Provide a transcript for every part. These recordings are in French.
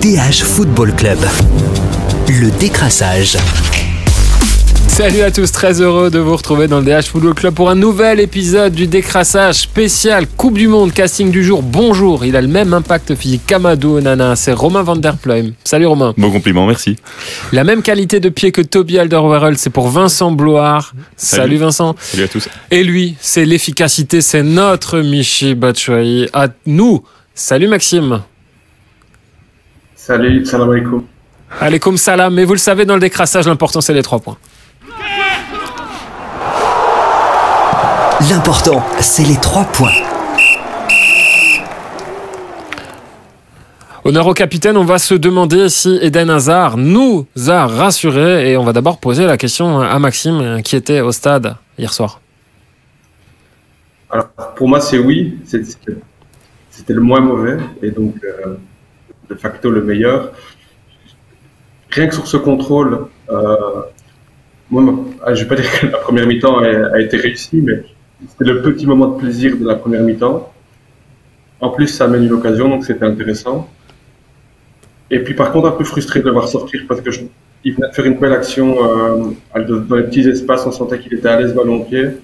DH Football Club. Le décrassage. Salut à tous, très heureux de vous retrouver dans le DH Football Club pour un nouvel épisode du décrassage spécial Coupe du Monde, casting du jour. Bonjour, il a le même impact physique qu'Amadou Onana, c'est Romain van der Pluijm. Salut Romain. Bon compliment, merci. La même qualité de pied que Toby Alderweireld, c'est pour Vincent Bloire. Salut Vincent. Salut à tous. Et lui, c'est l'efficacité, c'est notre Michy Batshuayi. À nous, salut Maxime. Salut, salam alaikum. Alaikum salam, mais vous le savez, dans le décrassage, l'important c'est les 3 points. L'important, c'est les 3 points. Honneur au capitaine, on va se demander si Eden Hazard nous a rassurés. Et on va d'abord poser la question à Maxime, qui était au stade hier soir. Alors, pour moi, c'est oui. C'était le moins mauvais et donc de facto le meilleur. Rien que sur ce contrôle, moi, je ne vais pas dire que la première mi-temps a été réussie, mais c'était le petit moment de plaisir de la première mi-temps. En plus, ça amène une occasion, donc c'était intéressant. Et puis par contre, un peu frustré de le voir sortir parce qu'il venait de faire une belle action dans les petits espaces, on sentait qu'il était à l'aise ballon au pied.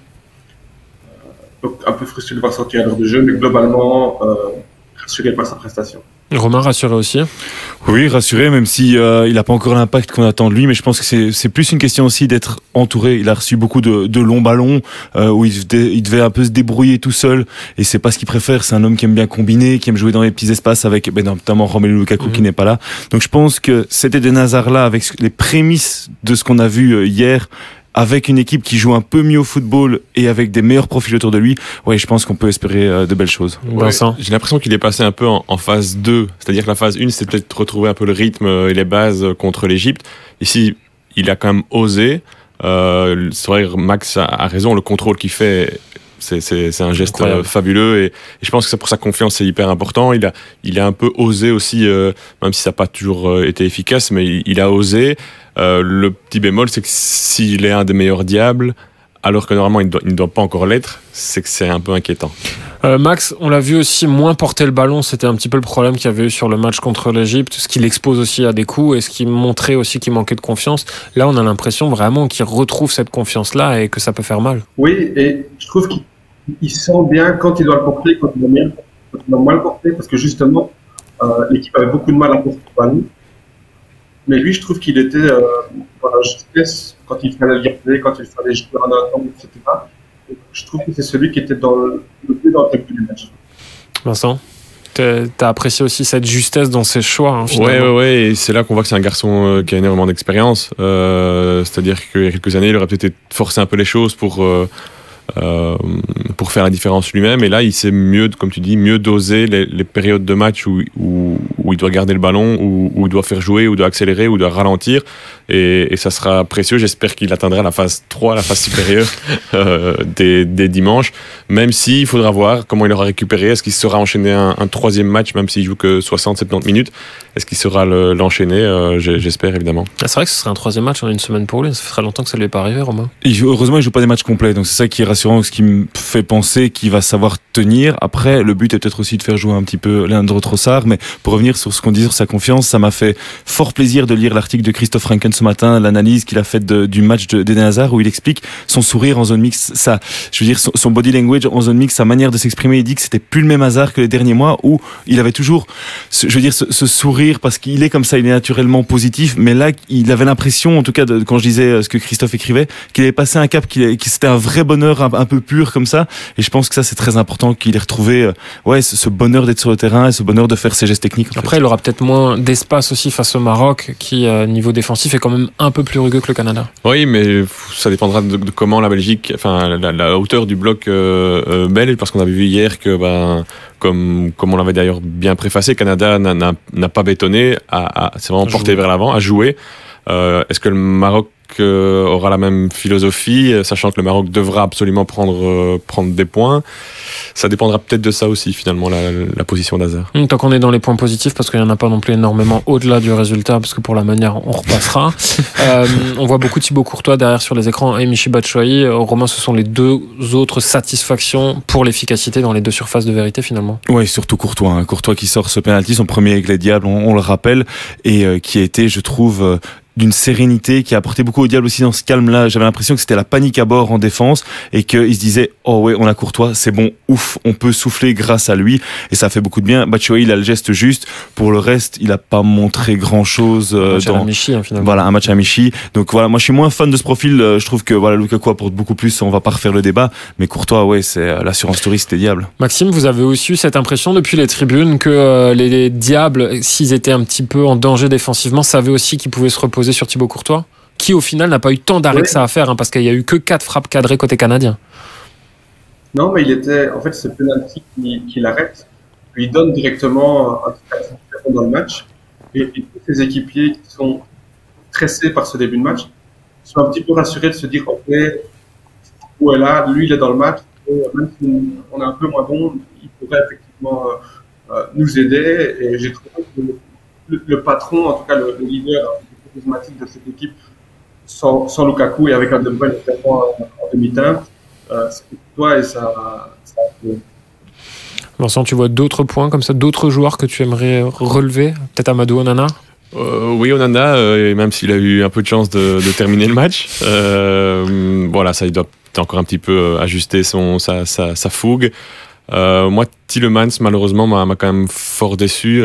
Donc un peu frustré de le voir sortir à l'heure de jeu, mais globalement, rassuré par sa prestation. Romain, rassuré aussi? Oui, rassuré, même si il n'a pas encore l'impact qu'on attend de lui, mais je pense que c'est plus une question aussi d'être entouré. Il a reçu beaucoup de longs ballons où il devait un peu se débrouiller tout seul, et c'est pas ce qu'il préfère. C'est un homme qui aime bien combiner, qui aime jouer dans les petits espaces avec notamment Romelu Lukaku qui n'est pas là. Donc je pense que c'était Eden Hazard là avec les prémices de ce qu'on a vu hier, avec une équipe qui joue un peu mieux au football et avec des meilleurs profils autour de lui, ouais, je pense qu'on peut espérer de belles choses. Ouais, j'ai l'impression qu'il est passé un peu en phase 2, c'est-à-dire que la phase 1, c'est peut-être retrouver un peu le rythme et les bases contre l'Égypte. Ici, il a quand même osé. C'est vrai, Max a raison, le contrôle qu'il fait, c'est un geste fabuleux, et je pense que pour sa confiance, c'est hyper important. Il a un peu osé aussi, même si ça n'a pas toujours été efficace, mais il a osé. Le petit bémol, c'est que s'il est un des meilleurs diables, alors que normalement il ne doit pas encore l'être, c'est que c'est un peu inquiétant. Max, on l'a vu aussi moins porter le ballon, c'était un petit peu le problème qu'il y avait eu sur le match contre l'Égypte, ce qui l'expose aussi à des coups et ce qui montrait aussi qu'il manquait de confiance. Là, on a l'impression vraiment qu'il retrouve cette confiance-là et que ça peut faire mal. Oui, et je trouve qu'il sent bien quand il doit le porter, quand il doit moins le porter, parce que justement, l'équipe avait beaucoup de mal à porter le ballon. Mais lui, je trouve qu'il était dans la justesse quand il fallait le garder, quand il fallait jouer en attente, etc. Et je trouve que c'est celui qui était le plus dans le tempo du match. Vincent, t'as apprécié aussi cette justesse dans ses choix, finalement. Ouais, et c'est là qu'on voit que c'est un garçon qui a énormément d'expérience. C'est-à-dire qu'il y a quelques années, il aurait peut-être forcé un peu les choses pour faire la différence lui-même, et là il sait mieux, comme tu dis, mieux doser les périodes de match où il doit garder le ballon, où il doit faire jouer, où il doit accélérer, où il doit ralentir, et ça sera précieux. J'espère qu'il atteindra la phase 3, la phase supérieure des dimanches, même s'il faudra voir comment il aura récupéré. Est-ce qu'il sera enchaîné un troisième match, même s'il joue que 60-70 minutes? Est-ce qu'il sera l'enchaîner? J'espère évidemment. C'est vrai que ce serait un troisième match en une semaine pour lui, ça ferait longtemps que ça ne lui est pas arrivé, Romain. Heureusement il ne joue pas des matchs complets, donc c'est ça qui est rassurant, ce qui me fait penser qu'il va savoir tenir. Après, le but est peut-être aussi de faire jouer un petit peu Leandro Trossard, mais pour revenir sur ce qu'on dit sur sa confiance, ça m'a fait fort plaisir de lire l'article de Christophe Ranken ce matin, l'analyse qu'il a faite du match d'Eden Hazard, où il explique son sourire en zone mixte, son body language en zone mixte, sa manière de s'exprimer. Il dit que c'était plus le même Hazard que les derniers mois, où il avait toujours, ce sourire, parce qu'il est comme ça, il est naturellement positif, mais là, il avait l'impression, en tout cas, quand je disais ce que Christophe écrivait, qu'il avait passé un cap, qui c'était un vrai bonheur un peu pur comme ça, et je pense que ça c'est très important qu'il ait retrouvé ce bonheur d'être sur le terrain et ce bonheur de faire ses gestes techniques. Après il aura peut-être moins d'espace aussi face au Maroc qui niveau défensif est quand même un peu plus rugueux que le Canada. Oui, mais ça dépendra de comment la Belgique, enfin la hauteur du bloc belge, parce qu'on a vu hier que comme on l'avait d'ailleurs bien préfacé, Canada n'a pas bétonné, c'est vraiment porté vers l'avant, à jouer. Est-ce que le Maroc aura la même philosophie, sachant que le Maroc devra absolument prendre des points. Ça dépendra peut-être de ça aussi, finalement, la position d'Hazard. Tant qu'on est dans les points positifs, parce qu'il n'y en a pas non plus énormément au-delà du résultat, parce que pour la manière, on repassera. On voit beaucoup Thibaut Courtois derrière sur les écrans et Michy Batshuayi. Romain, ce sont les deux autres satisfactions pour l'efficacité dans les deux surfaces de vérité, finalement. Oui, surtout Courtois. Hein. Courtois qui sort ce penalty, son premier avec les Diables, on le rappelle, et qui a été, je trouve... d'une sérénité qui a apporté beaucoup au Diable aussi dans ce calme-là. J'avais l'impression que c'était la panique à bord en défense et qu'ils se disaient « Oh ouais, on a Courtois, c'est bon, ouf, on peut souffler grâce à lui. » Et ça fait beaucoup de bien. Batshuayi, il a le geste juste. Pour le reste, il n'a pas montré grand-chose. Un match à la Michy, finalement. Voilà, un match à Michy. Donc voilà, moi je suis moins fan de ce profil. Je trouve que voilà, Lukaku apporte beaucoup plus. On va pas refaire le débat. Mais Courtois, ouais, c'est l'assurance touriste des Diables. Maxime, vous avez aussi eu cette impression depuis les tribunes que les Diables, s'ils étaient un petit peu en danger défensivement, savaient aussi qu'ils pouvaient se reposer sur Thibaut Courtois, qui au final n'a pas eu tant d'arrêts que ça à faire, hein, parce qu'il n'y a eu que 4 frappes cadrées côté canadien. Non, mais il était, en fait, c'est penalty qui l'arrête. Puis il donne directement un petit dans le match. Et tous les équipiers qui sont stressés par ce début de match sont un petit peu rassurés de se dire, ok, où est là, lui il est dans le match, et même si on est un peu moins bon, il pourrait effectivement nous aider. Et j'ai trouvé que le patron, en tout cas le leader charismatique de cette équipe, sans Lukaku et avec un De Bruyne en demi-teinte, c'est toi et ça. Vincent, tu vois d'autres points comme ça, d'autres joueurs que tu aimerais relever? Peut-être Amadou Onana? Oui, Onana, même s'il a eu un peu de chance de terminer le match, voilà, ça, il doit encore un petit peu ajuster sa fougue. Moi, Tielemans, malheureusement, m'a quand même fort déçu.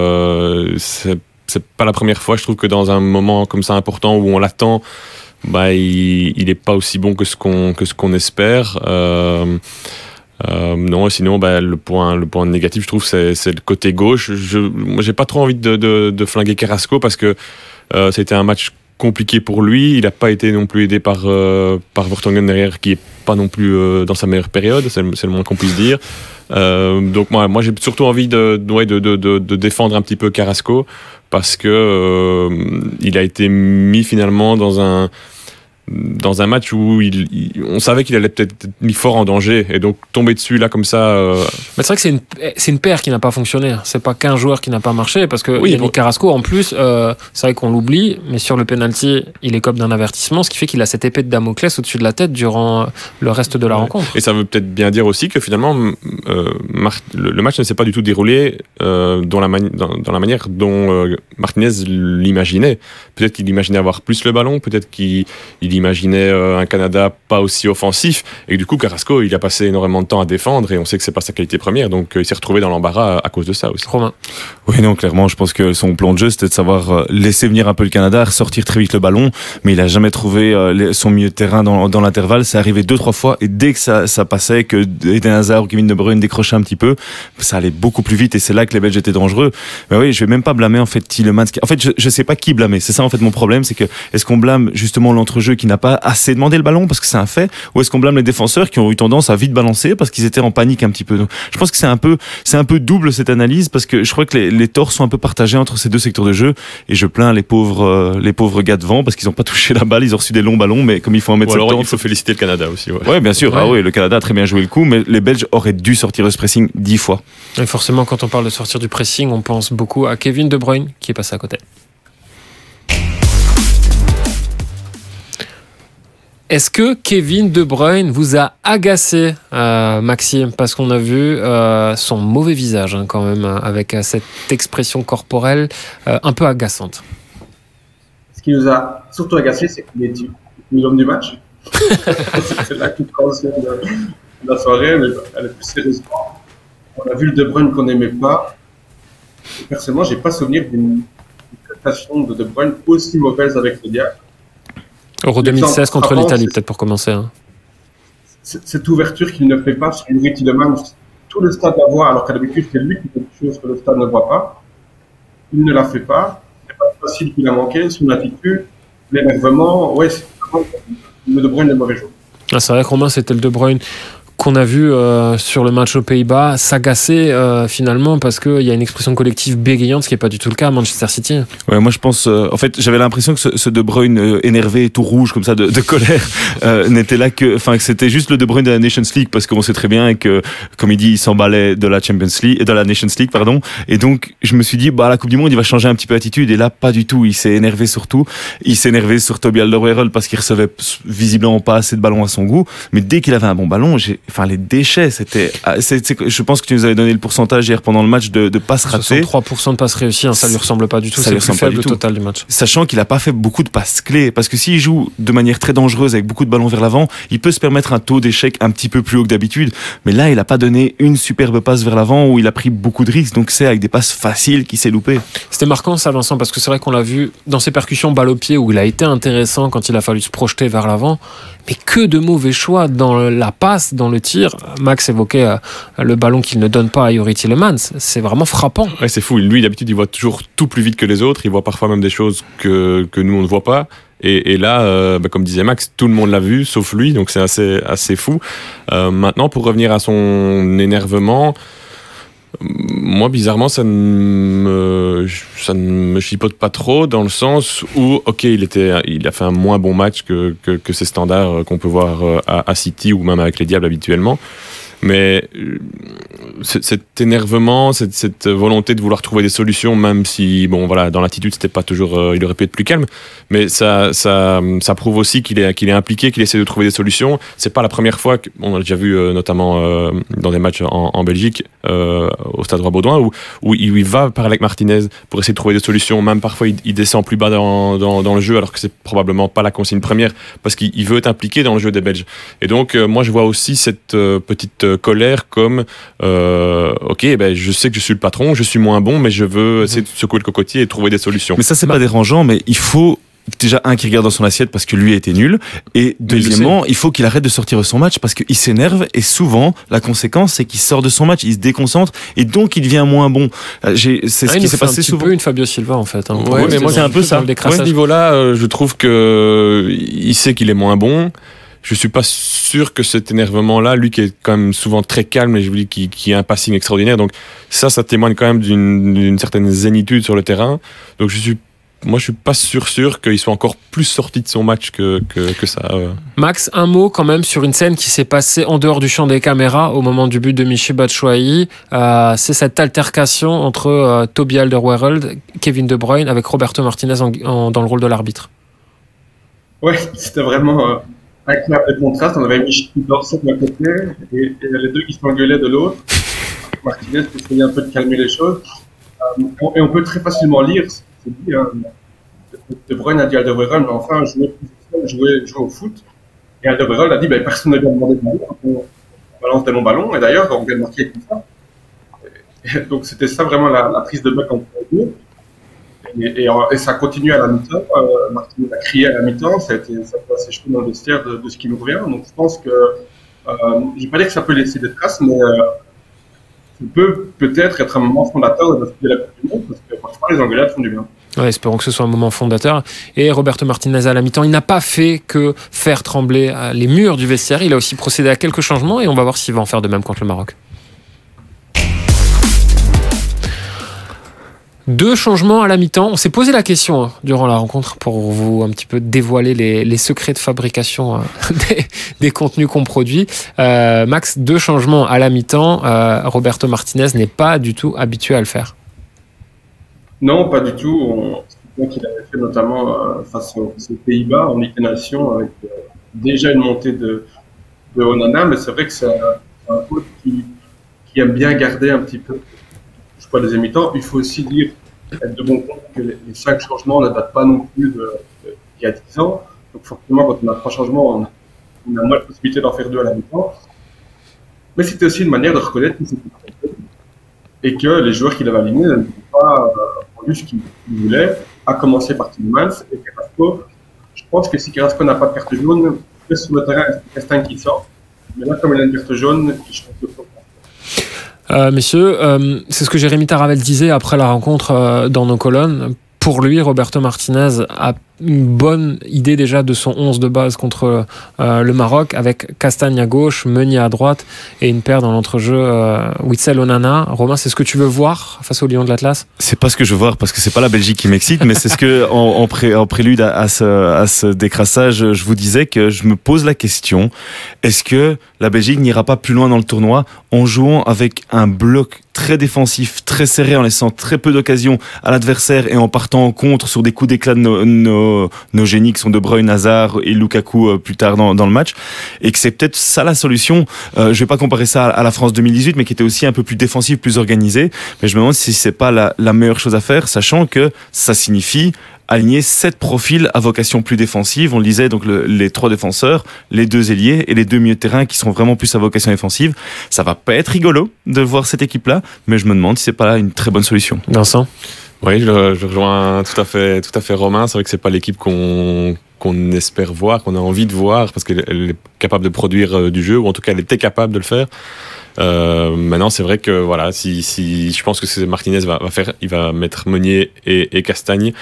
C'est pas la première fois, je trouve, que dans un moment comme ça important où on l'attend, il est pas aussi bon que ce qu'on espère. Non, sinon, le point négatif, je trouve, c'est le côté gauche. Moi, j'ai pas trop envie de flinguer Carrasco parce que c'était un match compliqué pour lui. Il n'a pas été non plus aidé par Vertonghen derrière, qui est pas non plus dans sa meilleure période. C'est le moins qu'on puisse dire. Donc moi, j'ai surtout envie de défendre un petit peu Carrasco parce que il a été mis finalement dans un match où on savait qu'il allait peut-être être mis fort en danger, et donc tomber dessus là comme ça. Mais c'est vrai que c'est une paire qui n'a pas fonctionné. C'est pas qu'un joueur qui n'a pas marché, parce que oui, Yannick Carrasco, en plus, c'est vrai qu'on l'oublie, mais sur le penalty, il écope d'un avertissement, ce qui fait qu'il a cette épée de Damoclès au-dessus de la tête durant le reste de la rencontre. Et ça veut peut-être bien dire aussi que finalement, le match ne s'est pas du tout déroulé dans la manière dont Martinez l'imaginait. Peut-être qu'il imaginait avoir plus le ballon, peut-être qu'il imaginait un Canada pas aussi offensif, et du coup Carrasco il a passé énormément de temps à défendre, et on sait que c'est pas sa qualité première, donc il s'est retrouvé dans l'embarras à cause de ça aussi. Romain. Oui, non, clairement, je pense que son plan de jeu c'était de savoir laisser venir un peu le Canada, ressortir très vite le ballon, mais il a jamais trouvé son milieu de terrain dans l'intervalle. C'est arrivé 2-3 fois, et dès que ça passait, que Eden Hazard ou Kevin De Bruyne décrochaient un petit peu, ça allait beaucoup plus vite, et c'est là que les Belges étaient dangereux. Mais oui, je vais même pas blâmer en fait Tielemans. En fait, je sais pas qui blâmer. C'est ça en fait mon problème, c'est que est-ce qu'on blâme justement l'entrejeu qui n'a pas assez demandé le ballon parce que c'est un fait, ou est-ce qu'on blâme les défenseurs qui ont eu tendance à vite balancer parce qu'ils étaient en panique un petit peu? Donc, je pense que c'est un peu double cette analyse, parce que je crois que les torts sont un peu partagés entre ces deux secteurs de jeu, et je plains les pauvres gars devant parce qu'ils n'ont pas touché la balle, ils ont reçu des longs ballons, mais comme il faut en mettre 70. Alors il faut féliciter le Canada aussi. Ouais, bien sûr. Ouais. Ah oui, le Canada a très bien joué le coup, mais les Belges auraient dû sortir de ce pressing 10 fois. Et forcément, quand on parle de sortir du pressing, on pense beaucoup à Kevin De Bruyne qui est passé à côté. Est-ce que Kevin De Bruyne vous a agacé, Maxime? Parce qu'on a vu son mauvais visage quand même, avec cette expression corporelle un peu agaçante. Ce qui nous a surtout agacé, c'est qu'il est l'homme du match. C'est la plus grande de la soirée, elle est plus sérieusement. On a vu le De Bruyne qu'on n'aimait pas. Et personnellement, je n'ai pas souvenir d'une prestation de De Bruyne aussi mauvaise avec le Diable. Euro 2016 contre l'Italie, peut-être pour commencer. Hein. Cette ouverture qu'il ne fait pas sur Yuri Tielemans, tout le stade la voit, alors qu'à l'habitude, c'est lui qui fait quelque chose que le stade ne voit pas. Il ne la fait pas. C'est pas facile qu'il a manqué. Son attitude, l'énervement, ouais, c'est vraiment le De Bruyne le mauvais jour. Ah, c'est vrai que Romain, c'était le De Bruyne qu'on a vu sur le match aux Pays-Bas s'agacer finalement parce qu'il y a une expression collective bégayante, ce qui n'est pas du tout le cas à Manchester City. Ouais, moi je pense, en fait, j'avais l'impression que ce De Bruyne énervé, tout rouge comme ça de colère, n'était là que c'était juste le De Bruyne de la Nations League, parce qu'on sait très bien que, comme il dit, il s'emballait de la Nations League, pardon. Et donc je me suis dit, à la Coupe du Monde, il va changer un petit peu d'attitude. Et là, pas du tout. Il s'est énervé surtout. Il s'est énervé sur Toby Alderweireld parce qu'il recevait visiblement pas assez de ballons à son goût. Mais dès qu'il avait un bon ballon, les déchets, je pense que tu nous avais donné le pourcentage hier pendant le match de passes ratées. 63% de passes réussies, ça lui ressemble pas du tout. C'est le plus faible total du match. Sachant qu'il a pas fait beaucoup de passes clés, parce que s'il joue de manière très dangereuse avec beaucoup de ballons vers l'avant, il peut se permettre un taux d'échec un petit peu plus haut que d'habitude. Mais là, il a pas donné une superbe passe vers l'avant où il a pris beaucoup de risques. Donc c'est avec des passes faciles qu'il s'est loupé. C'était marquant ça, Vincent, parce que c'est vrai qu'on l'a vu dans ses percussions balle au pied où il a été intéressant quand il a fallu se projeter vers l'avant. Mais que de mauvais choix dans la passe, dans le tir. Max évoquait le ballon qu'il ne donne pas à Youri Tielemans. C'est vraiment frappant. Ouais, c'est fou. Lui, d'habitude, il voit toujours tout plus vite que les autres. Il voit parfois même des choses que nous, on ne voit pas. Et là, comme disait Max, tout le monde l'a vu, sauf lui. Donc, c'est assez fou. Maintenant, pour revenir à son énervement, moi, bizarrement, ça ne me chipote pas trop, dans le sens où, ok, il a fait un moins bon match que ses standards qu'on peut voir à City ou même avec les Diables habituellement. Mais cet énervement, cette volonté de vouloir trouver des solutions, même si, dans l'attitude, c'était pas toujours, il aurait pu être plus calme, mais ça prouve aussi qu'il est impliqué, qu'il essaie de trouver des solutions. C'est pas la première fois qu'on a déjà vu, notamment dans des matchs en Belgique, au Stade Roi-Baudouin, où il va parler avec Martinez pour essayer de trouver des solutions. Même parfois, il descend plus bas dans le jeu, alors que c'est probablement pas la consigne première, parce qu'il veut être impliqué dans le jeu des Belges. Et donc, moi, je vois aussi cette petite colère comme je sais que je suis le patron, je suis moins bon, mais je veux essayer de secouer le cocotier et trouver des solutions. Mais ça, c'est pas dérangeant, mais il faut déjà qu'il regarde dans son assiette parce que lui a été nul, et deuxièmement, il faut qu'il arrête de sortir de son match parce qu'il s'énerve, et souvent la conséquence c'est qu'il sort de son match, il se déconcentre et donc il devient moins bon. C'est ce qui s'est passé souvent. Un peu une Fabio Silva en fait. Ouais, mais moi c'est un peu ça. À ce niveau-là, je trouve que il sait qu'il est moins bon. Je suis pas sûr que cet énervement-là, lui qui est quand même souvent très calme et je vous dis qui a un passing extraordinaire, donc ça témoigne quand même d'une certaine zénitude sur le terrain. Donc je suis pas sûr qu'il soit encore plus sorti de son match que ça. Max, un mot quand même sur une scène qui s'est passée en dehors du champ des caméras au moment du but de Michy Batshuayi. C'est cette altercation entre Toby Alderweireld, Kevin De Bruyne avec Roberto Martinez dans le rôle de l'arbitre. Ouais, c'était vraiment incroyable de contraste. On avait Michy qui dansait d'un côté et les deux qui s'engueulaient de l'autre. Martinez qui essayait un peu de calmer les choses. Et on peut très facilement lire. C'est dit, De Bruyne a dit à Alderweireld, mais enfin, jouer au foot. Et Alderweireld a dit, personne ne vient demander de ballon, on balance des longs ballons, et d'ailleurs, on vient de marquer comme ça. Et donc, c'était ça vraiment la prise de bec entre les deux. Et ça continue à la mi-temps. Martinez a crié à la mi-temps, ça a assez chaud dans le vestiaire de ce qui nous revient. Donc, je pense que, je ne vais pas dire que ça peut laisser des traces, mais ça peut peut-être être un moment fondateur de la Coupe du Monde, parce que parfois les engueulades font du bien. Ouais, espérons que ce soit un moment fondateur. Et Roberto Martinez à la mi-temps, il n'a pas fait que faire trembler les murs du vestiaire. Il a aussi procédé à quelques changements et on va voir s'il va en faire de même contre le Maroc. 2 changements à la mi-temps. On s'est posé la question durant la rencontre pour vous un petit peu dévoiler les secrets de fabrication des contenus qu'on produit. Max, 2 changements à la mi-temps. Roberto Martinez n'est pas du tout habitué à le faire. Non, pas du tout. C'est qu'il avait fait notamment face aux Pays-Bas en Ligue des Nations avec déjà une montée de Onana, mais c'est vrai que c'est un coach qui aime bien garder un petit peu pas des mi-temps. Il faut aussi dire, être de bon compte que les 5 changements ne datent pas non plus d'il y a 10 ans. Donc forcément, quand on a 3 changements, on a moins de possibilité d'en faire 2 à la mi-temps. Mais c'était aussi une manière de reconnaître qu'il s'était trompé et que les joueurs qu'il avait alignés n'avaient pas rendu ce qu'ils voulaient, à commencer par Tielemans et Carrasco. Je pense que si Carrasco n'a pas de carte jaune, plus sur le terrain, reste inquiétant. Mais là, comme il a une carte jaune, je pense que messieurs, c'est ce que Jérémy Taravel disait après la rencontre dans nos colonnes. Pour lui, Roberto Martinez une bonne idée déjà de son 11 de base contre le Maroc, avec Castagne à gauche, Meunier à droite et une paire dans l'entrejeu Witsel Onana. Romain, c'est ce que tu veux voir face au Lion de l'Atlas? C'est pas ce que je veux voir parce que c'est pas la Belgique qui m'excite, mais c'est ce que en prélude à ce décrassage, je vous disais que je me pose la question, est-ce que la Belgique n'ira pas plus loin dans le tournoi en jouant avec un bloc très défensif, très serré, en laissant très peu d'occasions à l'adversaire et en partant en contre sur des coups d'éclat de nos génies qui sont De Bruyne, Hazard et Lukaku plus tard dans le match, et que c'est peut-être ça la solution. Je vais pas comparer ça à la France 2018, mais qui était aussi un peu plus défensive, plus organisée, mais je me demande si c'est pas la meilleure chose à faire, sachant que ça signifie aligner 7 profils à vocation plus défensive. On le disait, donc les 3 défenseurs, les 2 ailiers et les 2 milieux de terrain qui sont vraiment plus à vocation défensive. Ça va pas être rigolo de voir cette équipe-là, mais je me demande si c'est pas là une très bonne solution. Vincent? Oui, je rejoins tout à fait Romain. C'est vrai que c'est pas l'équipe qu'on espère voir, qu'on a envie de voir, parce qu'elle est capable de produire du jeu, ou en tout cas elle était capable de le faire. Maintenant, c'est vrai que voilà, si je pense que c'est Martinez va faire, il va mettre Meunier et Castagne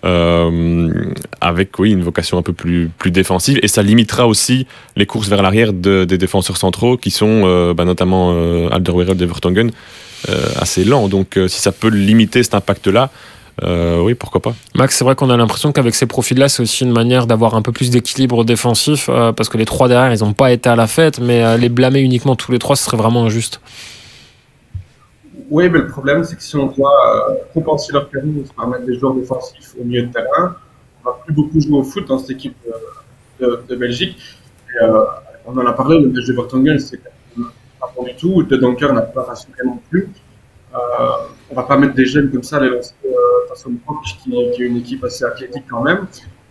avec une vocation un peu plus défensive, et ça limitera aussi les courses vers l'arrière des défenseurs centraux qui sont notamment Alderweireld et Vertonghen assez lents. Donc si ça peut limiter cet impact-là, oui, pourquoi pas. Max, c'est vrai qu'on a l'impression qu'avec ces profils-là, c'est aussi une manière d'avoir un peu plus d'équilibre défensif, parce que les 3 derrière, ils n'ont pas été à la fête, mais les blâmer uniquement tous les 3, ce serait vraiment injuste. Oui, mais le problème, c'est que si on doit compenser leur performance par mettre des joueurs défensifs au milieu de terrain, on va plus beaucoup jouer au foot dans cette équipe de Belgique. Et, on en a parlé, le match de Vertonghen, c'est pas bon du tout. De Donker n'a pas rassuré non plus. On va pas mettre des jeunes comme ça à les lancer face au Maroc, qui est une équipe assez athlétique quand même.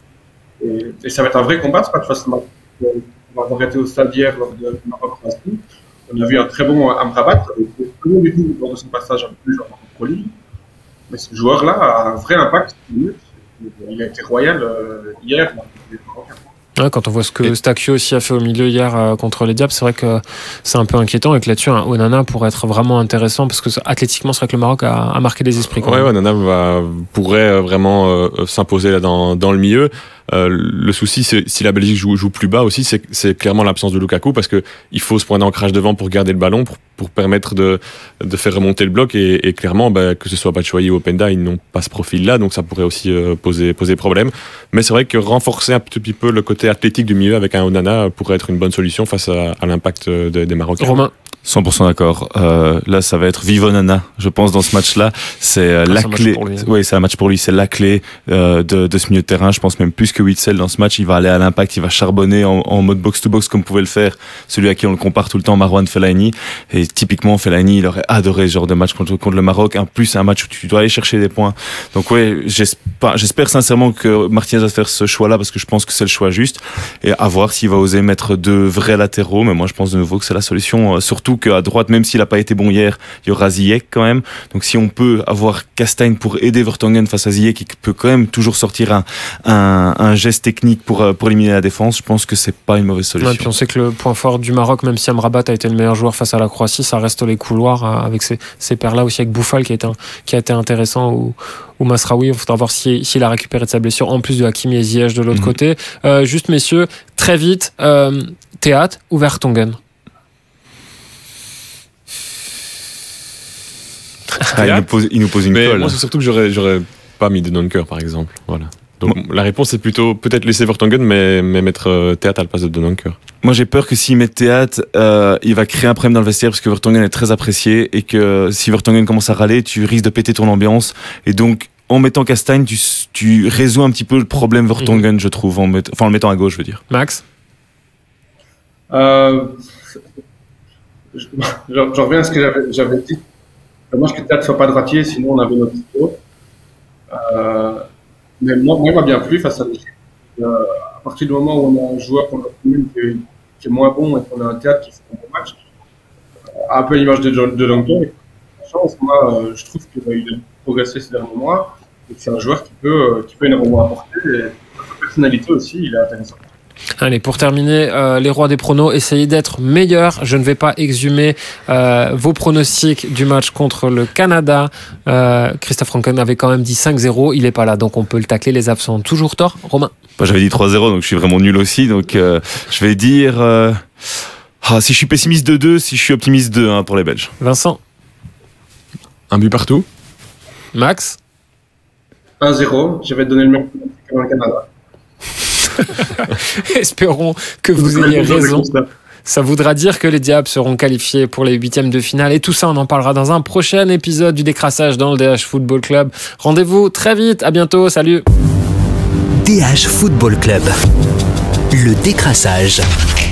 Et ça va être un vrai combat, c'est pas de façon. On va avoir été au stade hier lors de Maroc-France. On a vu un très bon Amrabat, avec tout du tout lors de son passage un peu plus genre Pro League. Mais ce joueur-là a un vrai impact. Il a été royal hier. Ouais, quand on voit ce que Stakio aussi a fait au milieu hier contre les Diables, c'est vrai que c'est un peu inquiétant, et que là-dessus, Onana pourrait être vraiment intéressant, parce que athlétiquement, c'est vrai que le Maroc a marqué des esprits. Ouais, Onana pourrait vraiment s'imposer là dans le milieu. Le souci, c'est si la Belgique joue plus bas aussi, c'est clairement l'absence de Lukaku, parce que il faut ce point d'ancrage devant pour garder le ballon, pour permettre de faire remonter le bloc, et clairement, que ce soit Batshuayi ou Openda, ils n'ont pas ce profil-là, donc ça pourrait aussi poser problème. Mais c'est vrai que renforcer un petit peu le côté athlétique du milieu avec un Onana pourrait être une bonne solution face à l'impact des Marocains. Romain? 100% d'accord. Là, ça va être vive Onana, je pense, dans ce match-là. C'est la clé. Oui, c'est un match pour lui. C'est la clé de ce milieu de terrain. Je pense même plus que Witsel dans ce match. Il va aller à l'impact, il va charbonner en mode box-to-box comme pouvait le faire celui à qui on le compare tout le temps, Marouane Fellaini. Et typiquement, Fellaini, il aurait adoré ce genre de match contre le Maroc. En plus, c'est un match où tu dois aller chercher des points. Donc ouais, j'espère sincèrement que Martinez va faire ce choix-là, parce que je pense que c'est le choix juste. Et à voir s'il va oser mettre 2 vrais latéraux. Mais moi, je pense de nouveau que c'est la solution. Surtout qu'à droite, même s'il n'a pas été bon hier, il y aura Ziyech quand même. Donc si on peut avoir Castagne pour aider Vertonghen face à Ziyech, qui peut quand même toujours sortir un geste technique pour éliminer la défense, je pense que c'est pas une mauvaise solution. Ouais, puis on sait que le point fort du Maroc, même si Amrabat a été le meilleur joueur face à la Croatie, ça reste les couloirs, avec ces paires-là aussi, avec Bouffal qui a été intéressant, ou Masraoui. Il faudra voir s'il a récupéré de sa blessure, en plus de Hakimi et Ziyech de l'autre côté. Juste messieurs, très vite, Théâtre ou Vertonghen? Il nous pose une colle. Moi, c'est surtout que j'aurais pas mis de Donker, par exemple. Voilà. Donc la réponse est plutôt peut-être laisser Vertonghen, mais mettre Théâtre à la place de Donker. Moi, j'ai peur que s'il met Théâtre, il va créer un problème dans le vestiaire, parce que Vertonghen est très apprécié, et que si Vertonghen commence à râler, tu risques de péter ton ambiance. Et donc, en mettant Castagne, tu résous un petit peu le problème Vertonghen, je trouve, en le mettant à gauche, je veux dire. Max? J'en reviens à ce que j'avais dit. Dommage que Théâtre ne soit pas droitier, sinon on avait notre titre. Mais moi, il m'a bien plu face à l'équipe. À partir du moment où on a un joueur qu'on a commune qui est moins bon, et qu'on a un Théâtre qui fait un bon match, un peu à l'image de Duncan, moi, je trouve qu'il a progressé ces derniers mois, et que c'est un joueur qui peut énormément apporter, et sa personnalité aussi, il est intéressant. Allez, pour terminer, les rois des pronos, essayez d'être meilleurs. Je ne vais pas exhumer vos pronostics du match contre le Canada. Christophe Franken avait quand même dit 5-0. Il n'est pas là, donc on peut le tacler. Les absents ont toujours tort. Romain? Moi, j'avais dit 3-0, donc je suis vraiment nul aussi. Donc je vais dire... si je suis pessimiste 2-2, si je suis optimiste 2-1 pour les Belges. Vincent? Un but partout. Max? 1-0, je vais donner le même pour le Canada. Espérons que vous ayez raison. Ça voudra dire que les Diables seront qualifiés pour les 8e de finale. Et tout ça, on en parlera dans un prochain épisode du Décrassage dans le DH Football Club. Rendez-vous très vite. À bientôt. Salut. DH Football Club. Le Décrassage.